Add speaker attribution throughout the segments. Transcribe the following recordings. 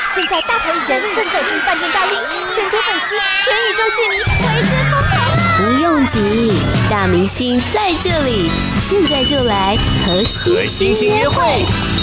Speaker 1: 现在大牌艺人正走进饭店大厅，全球粉丝、全宇宙戏迷为之疯狂啊！
Speaker 2: 不用急，大明星在这里，现在就来和星星约会。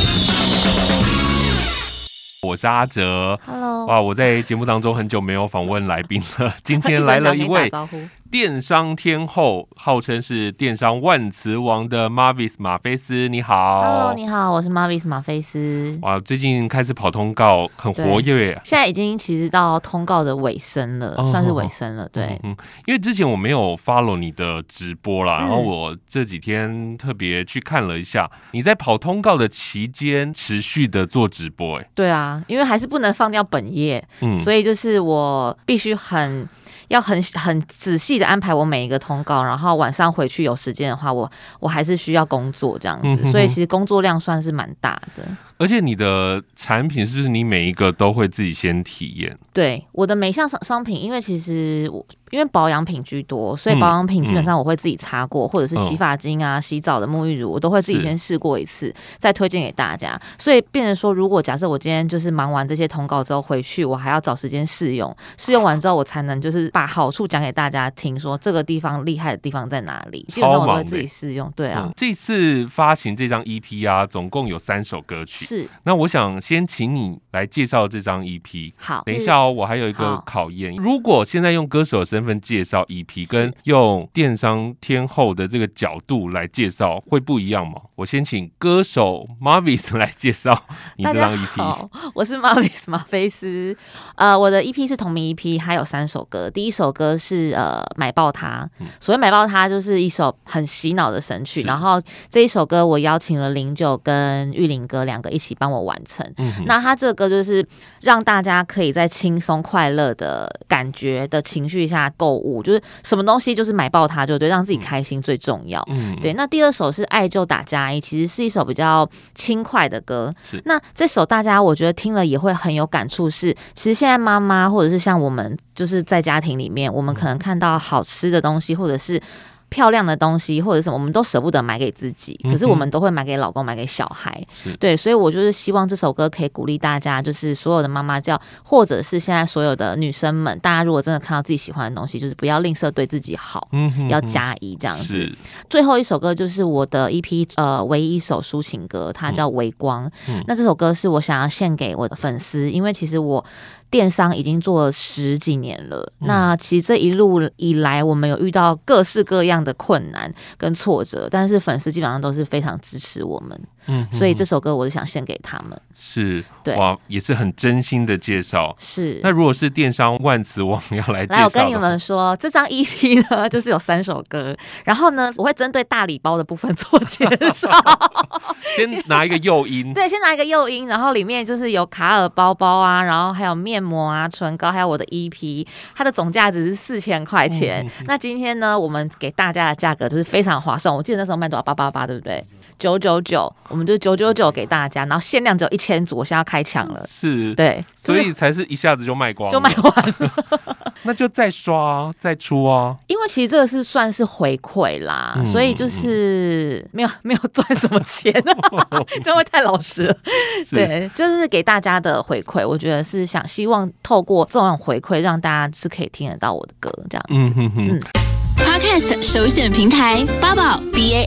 Speaker 3: 我是阿哲
Speaker 2: ，Hello，
Speaker 3: 哇！我在节目当中很久没有访问来宾了，今天来了一位电商天后，号称是电商万磁王的 Marvis 马菲斯，你好。
Speaker 2: Hello， 你好，我是 Marvis 马菲斯。
Speaker 3: 哇，最近开始跑通告，很活跃。
Speaker 2: 现在已经其实到通告的尾声了，算是尾声了。对，
Speaker 3: 因为之前我没有 follow 你的直播啦，然后我这几天特别去看了一下，你在跑通告的期间持续的做直播。
Speaker 2: 对啊，因为还是不能放掉本业，所以就是我必须很仔细的安排我每一个通告，然后晚上回去有时间的话，我还是需要工作这样子，所以其实工作量算是蛮大的。
Speaker 3: 而且你的产品是不是你每一个都会自己先体验？
Speaker 2: 对，我的每项商品，因为其实因为保养品居多，所以保养品基本上我会自己擦过，或者是洗发精啊、洗澡的沐浴乳，我都会自己先试过一次，再推荐给大家。所以变成说，如果假设我今天就是忙完这些通告之后回去，我还要找时间试用，试用完之后我才能就是把好处讲给大家听，说这个地方厉害的地方在哪里。基本上我都会自己试用。对啊，
Speaker 3: 这次发行这张 EP 啊，总共有3首歌曲。
Speaker 2: 是，
Speaker 3: 那我想先请你来介绍这张 EP。
Speaker 2: 好，
Speaker 3: 等一下我还有一个考验。如果现在用歌手的身份介绍 EP， 跟用电商天后的这个角度来介绍，会不一样吗？我先请歌手 Marvis 来介绍你这张 EP。
Speaker 2: 好，我是 Marvis 马菲斯。我的 EP 是同名 EP， 还有3首歌。第一首歌是买爆它，所谓买爆它就是一首很洗脑的神曲。然后这一首歌我邀请了09跟玉林哥2个一起帮我完成。那他这个歌就是让大家可以在轻松快乐的感觉的情绪下购物，就是什么东西就是买爆它就对，让自己开心最重要。对。那第2首是爱就打加一，其实是一首比较轻快的歌。那这首大家我觉得听了也会很有感触，是其实现在妈妈或者是像我们就是在家庭里面，我们可能看到好吃的东西或者是漂亮的东西或者什么，我们都舍不得买给自己，可是我们都会买给老公、买给小孩。对，所以我就是希望这首歌可以鼓励大家，就是所有的妈妈叫，或者是现在所有的女生们，大家如果真的看到自己喜欢的东西，就是不要吝啬对自己好，要加一这样子。最后一首歌就是我的 EP 唯一一首抒情歌，它叫《微光》。那这首歌是我想要献给我的粉丝，因为其实我电商已经做了10几年了，那其实这一路以来，我们有遇到各式各样的困难跟挫折，但是粉丝基本上都是非常支持我们。所以这首歌我就想献给他们。
Speaker 3: 是，
Speaker 2: 对，
Speaker 3: 哇，也是很真心的介绍。
Speaker 2: 是，
Speaker 3: 那如果是电商万磁王要来介绍，
Speaker 2: 来，我跟你们说，这张 EP 呢，就是有3首歌，然后呢，我会针对大礼包的部分做介绍。
Speaker 3: 先拿一个诱因，
Speaker 2: 对，先拿一个诱因，然后里面就是有卡尔包包啊，然后还有面膜啊、唇膏，还有我的 EP， 它的总价值是4000块钱。那今天呢，我们给大家的价格就是非常划算，我记得那时候卖多少？888，对不对？999，我们就999给大家，然后限量只有1000组，我现在要开抢了。
Speaker 3: 是，
Speaker 2: 对，
Speaker 3: 所以才是一下子就卖光了，
Speaker 2: 就卖完了。
Speaker 3: 那就再刷啊，再出啊。
Speaker 2: 因为其实这个是算是回馈啦，所以就是没有赚什么钱，这会太老实了。对，就是给大家的回馈，我觉得是希望透过这种回馈，让大家是可以听得到我的歌这样子。
Speaker 4: Podcast 首选平台八宝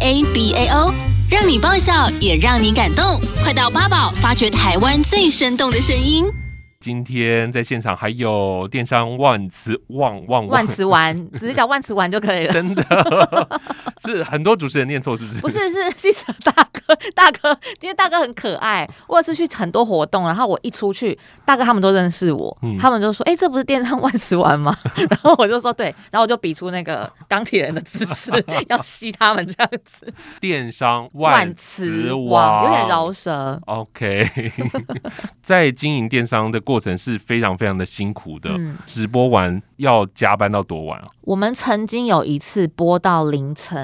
Speaker 4: BAABAO， 让你爆笑也让你感动，快到八宝发掘台湾最生动的声音。
Speaker 3: 今天在现场还有电商万磁
Speaker 2: 丸，只是讲万磁丸就可以了。
Speaker 3: 真的是很多主持人念错是不是？
Speaker 2: 不是，是记者大哥，因为大哥很可爱。我有次去很多活动，然后我一出去，大哥他们都认识我，他们就说：“这不是电商万磁丸吗？”然后我就说：“对。”然后我就比出那个钢铁人的姿势，要吸他们这样子。
Speaker 3: 电商万磁王
Speaker 2: 有点饶舌。
Speaker 3: OK， 在经营电商的过程是非常非常的辛苦的。直播完要加班到多晚啊？
Speaker 2: 我们曾经有一次播到凌晨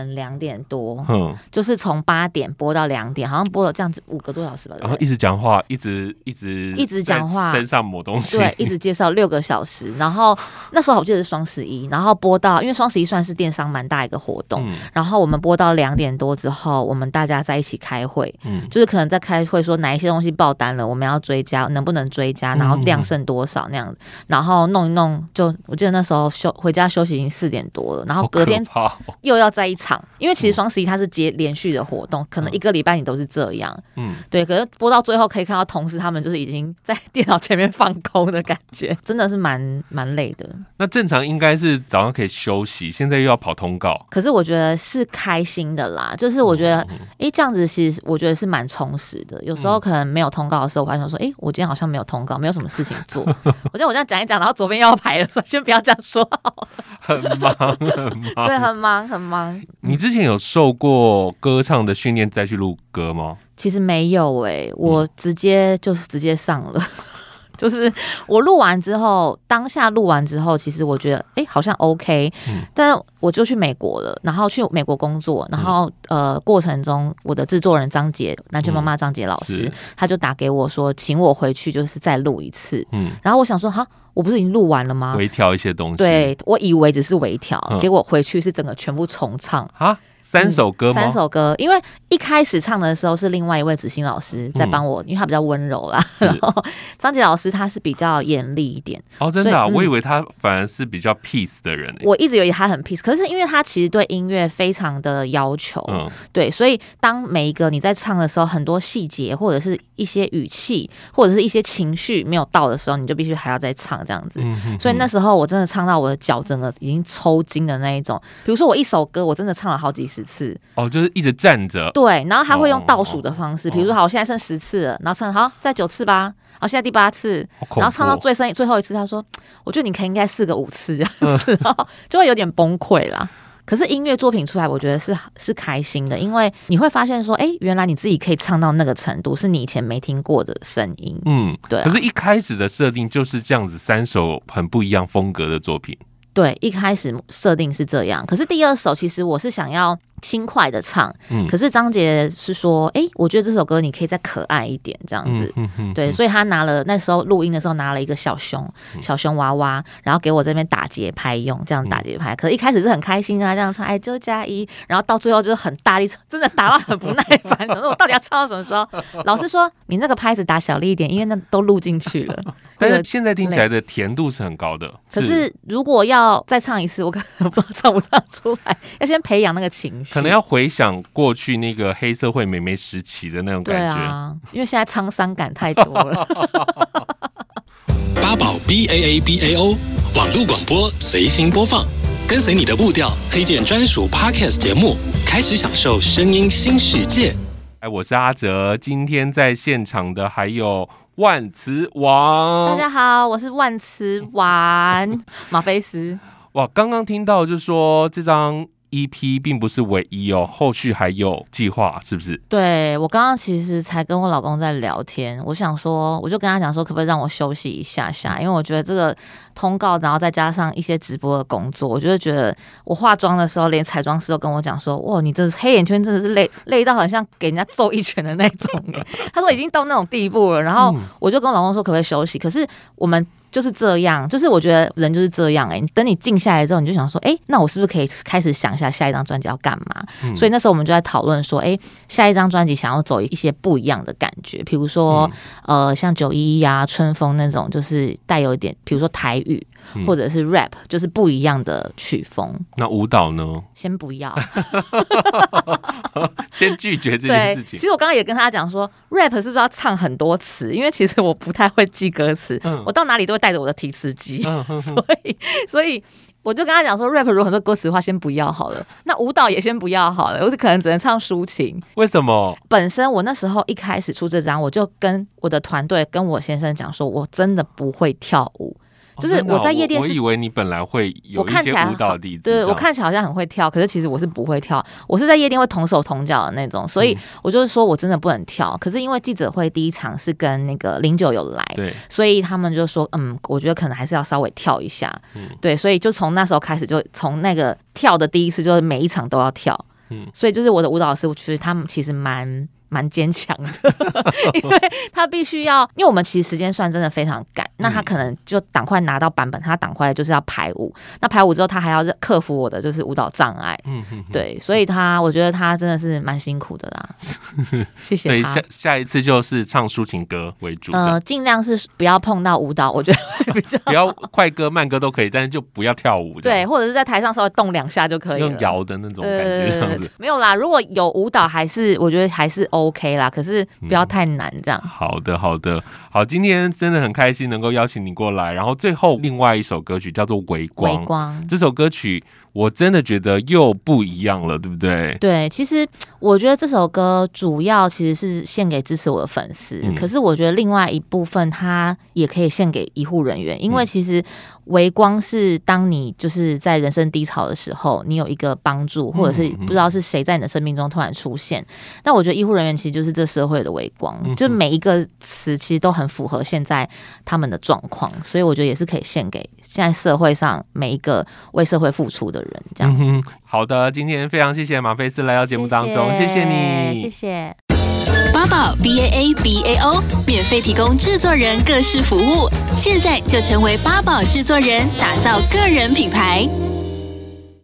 Speaker 2: 晨2点多，就是从8点播到2点，好像播了这样子5个多小时吧。
Speaker 3: 然后一直讲话，一直
Speaker 2: 讲话，
Speaker 3: 身上抹东西，
Speaker 2: 对，一直介绍6个小时。然后那时候我记得是双11，然后播到，因为双11算是电商蛮大一个活动，然后我们播到2点多之后，我们大家在一起开会，就是可能在开会说哪一些东西爆单了，我们要追加，能不能追加，然后量剩多少那样子，然后弄一弄，就我记得那时候回家休息已经4点多了，然后隔天又要在一场，因为其实双11它是接连续的活动，可能1个礼拜你都是这样，对，可是播到最后可以看到同事他们就是已经在电脑前面放空的感觉，真的是蛮累的。
Speaker 3: 那正常应该是早上可以休息，现在又要跑通告，
Speaker 2: 可是我觉得是开心的啦，就是我觉得这样子其实我觉得是蛮充实的。有时候可能没有通告的时候，我还想说我今天好像没有通告，没有什么事情做。我觉得我这样讲一讲，然后左边又要排了，所以先不要这样说好了。
Speaker 3: 很忙，
Speaker 2: 对，很忙。
Speaker 3: 你之前有受过歌唱的训练再去录歌吗？
Speaker 2: 其实没有我直接上了。就是我录完之后，当下录完之后，其实我觉得好像 OK，但是我就去美国了，然后去美国工作，然后过程中我的制作人张杰，南拳妈妈张杰老师，他就打给我说，请我回去就是再录一次，然后我想说我不是已经录完了吗？
Speaker 3: 微调一些东西，
Speaker 2: 对，我以为只是微调，结果回去是整个全部重唱
Speaker 3: 啊。3首歌吗？3
Speaker 2: 首歌，因为一开始唱的时候是另外一位子欣老师在帮我，因为他比较温柔啦。然后张杰老师他是比较严厉一点。
Speaker 3: 哦，真的我以为他反而是比较 peace 的人。
Speaker 2: 我一直以为他很 peace， 可是因为他其实对音乐非常的要求，对，所以当每一个你在唱的时候，很多细节或者是一些语气或者是一些情绪没有到的时候，你就必须还要再唱这样子。所以那时候我真的唱到我的脚整个已经抽筋的那一种。比如说我一首歌，我真的唱了好几10次。
Speaker 3: 就是一直站着。
Speaker 2: 对，然后他会用倒数的方式，比如说好，我现在剩10次了，然后唱好，再9次吧，好，现在第8次，然后唱到最后一次，他说，我觉得你应该试个5次这样子，然后就会有点崩溃啦。可是音乐作品出来，我觉得是开心的，因为你会发现说，原来你自己可以唱到那个程度，是你以前没听过的声音。对。
Speaker 3: 可是一开始的设定就是这样子，3首很不一样风格的作品。
Speaker 2: 对，一开始设定是这样，可是第2首其实我是想要轻快的唱，可是张杰是说，我觉得这首歌你可以再可爱一点这样子，对，所以他那时候录音的时候拿了一个小熊娃娃，然后给我这边打节拍用，这样打节拍，可是一开始是很开心啊，这样唱9加1，然后到最后就是很大力，真的打到很不耐烦，我说我到底要唱到什么时候？老师说你那个拍子打小力一点，因为那都录进去了。
Speaker 3: 但是现在听起来的甜度是很高的。
Speaker 2: 可是如果要再唱一次，我可能不知道唱不唱出来，要先培养那个情绪，
Speaker 3: 可能要回想过去那个黑社会妹妹时期的那种感觉。
Speaker 2: 对啊，因为现在沧桑感太多了。
Speaker 5: 八宝 BAABAO 网络广播随心播放，跟随你的步调，推荐专属 Podcast 节目，开始享受声音新世界。
Speaker 3: 我是阿哲，今天在现场的还有万磁王。
Speaker 2: 大家好，我是万磁王马菲斯。
Speaker 3: 哇，刚刚听到就是说这张EP 并不是唯一哦，后续还有计划，是不是？
Speaker 2: 对，我刚刚其实才跟我老公在聊天，我想说，我就跟他讲说，可不可以让我休息一下下，因为我觉得这个通告，然后再加上一些直播的工作，我就觉得我化妆的时候，连彩妆师都跟我讲说，哇，你这黑眼圈真的是累到好像给人家揍一拳的那种。他说已经到那种地步了，然后我就跟我老公说，可不可以休息？可是我们就是这样，就是我觉得人就是这样等你静下来之后，你就想说，那我是不是可以开始想一下下一张专辑要干嘛？所以那时候我们就在讨论说，下一张专辑想要走一些不一样的感觉，比如说像911啊、春风那种，就是带有一点，比如说台语。或者是 rap， 就是不一样的曲风。
Speaker 3: 那舞蹈呢？先
Speaker 2: 不要，
Speaker 3: 先拒绝这件事情。
Speaker 2: 其实我刚刚也跟他讲说 ，rap 是不是要唱很多词？因为其实我不太会记歌词，我到哪里都会带着我的提词机，所以我就跟他讲说 ，rap 如果很多歌词的话，先不要好了。那舞蹈也先不要好了，我可能只能唱抒情。
Speaker 3: 为什么？
Speaker 2: 本身我那时候一开始出这张，我就跟我的团队跟我先生讲说，我真的不会跳舞。就是我在夜店
Speaker 3: 我以为你本来会有一些舞蹈底子，
Speaker 2: 对，我看起来好像很会跳，可是其实我是不会跳，我是在夜店会同手同脚的那种，所以我就是说我真的不能跳。可是因为记者会第一场是跟那个09有来，对，所以他们就说，我觉得可能还是要稍微跳一下，对，所以就从那时候开始，就从那个跳的第一次，就是每一场都要跳。 所以就是我的舞蹈老师，我觉得他们其实蛮坚强的，因为他必须要，因为我们其实时间算真的非常赶，那他可能就赶快拿到版本，他赶快就是要排舞，那排舞之后他还要克服我的就是舞蹈障碍，对，所以我觉得他真的是蛮辛苦的啦，谢谢他。
Speaker 3: 所以下一次就是唱抒情歌为主，
Speaker 2: 尽量是不要碰到舞蹈，我觉得会比较
Speaker 3: 不要快歌慢歌都可以，但是就不要跳舞，
Speaker 2: 对，或者是在台上稍微动2下就可以了，
Speaker 3: 用摇的那种感觉这样子。
Speaker 2: 没有啦，如果有舞蹈我觉得还是 OK 啦，可是不要太难这样。
Speaker 3: 好的，好，今天真的很开心能够邀请你过来，然后最后另外一首歌曲叫做《微光》，这首歌曲我真的觉得又不一样了，对不对？
Speaker 2: 对，其实我觉得这首歌主要其实是献给支持我的粉丝，可是我觉得另外一部分它也可以献给医护人员，因为其实微光是当你就是在人生低潮的时候，你有一个帮助，或者是不知道是谁在你的生命中突然出现。那我觉得医护人员其实就是这社会的微光，就每一个词其实都很符合现在他们的状况，所以我觉得也是可以献给现在社会上每一个为社会付出的人，这样子。
Speaker 3: 好的，今天非常谢谢马菲斯来到节目当中，谢谢你，
Speaker 2: 谢谢。
Speaker 4: 八宝 BAABAO 免费提供制作人各式服务，现在就成为八宝制作人，打造个人品牌。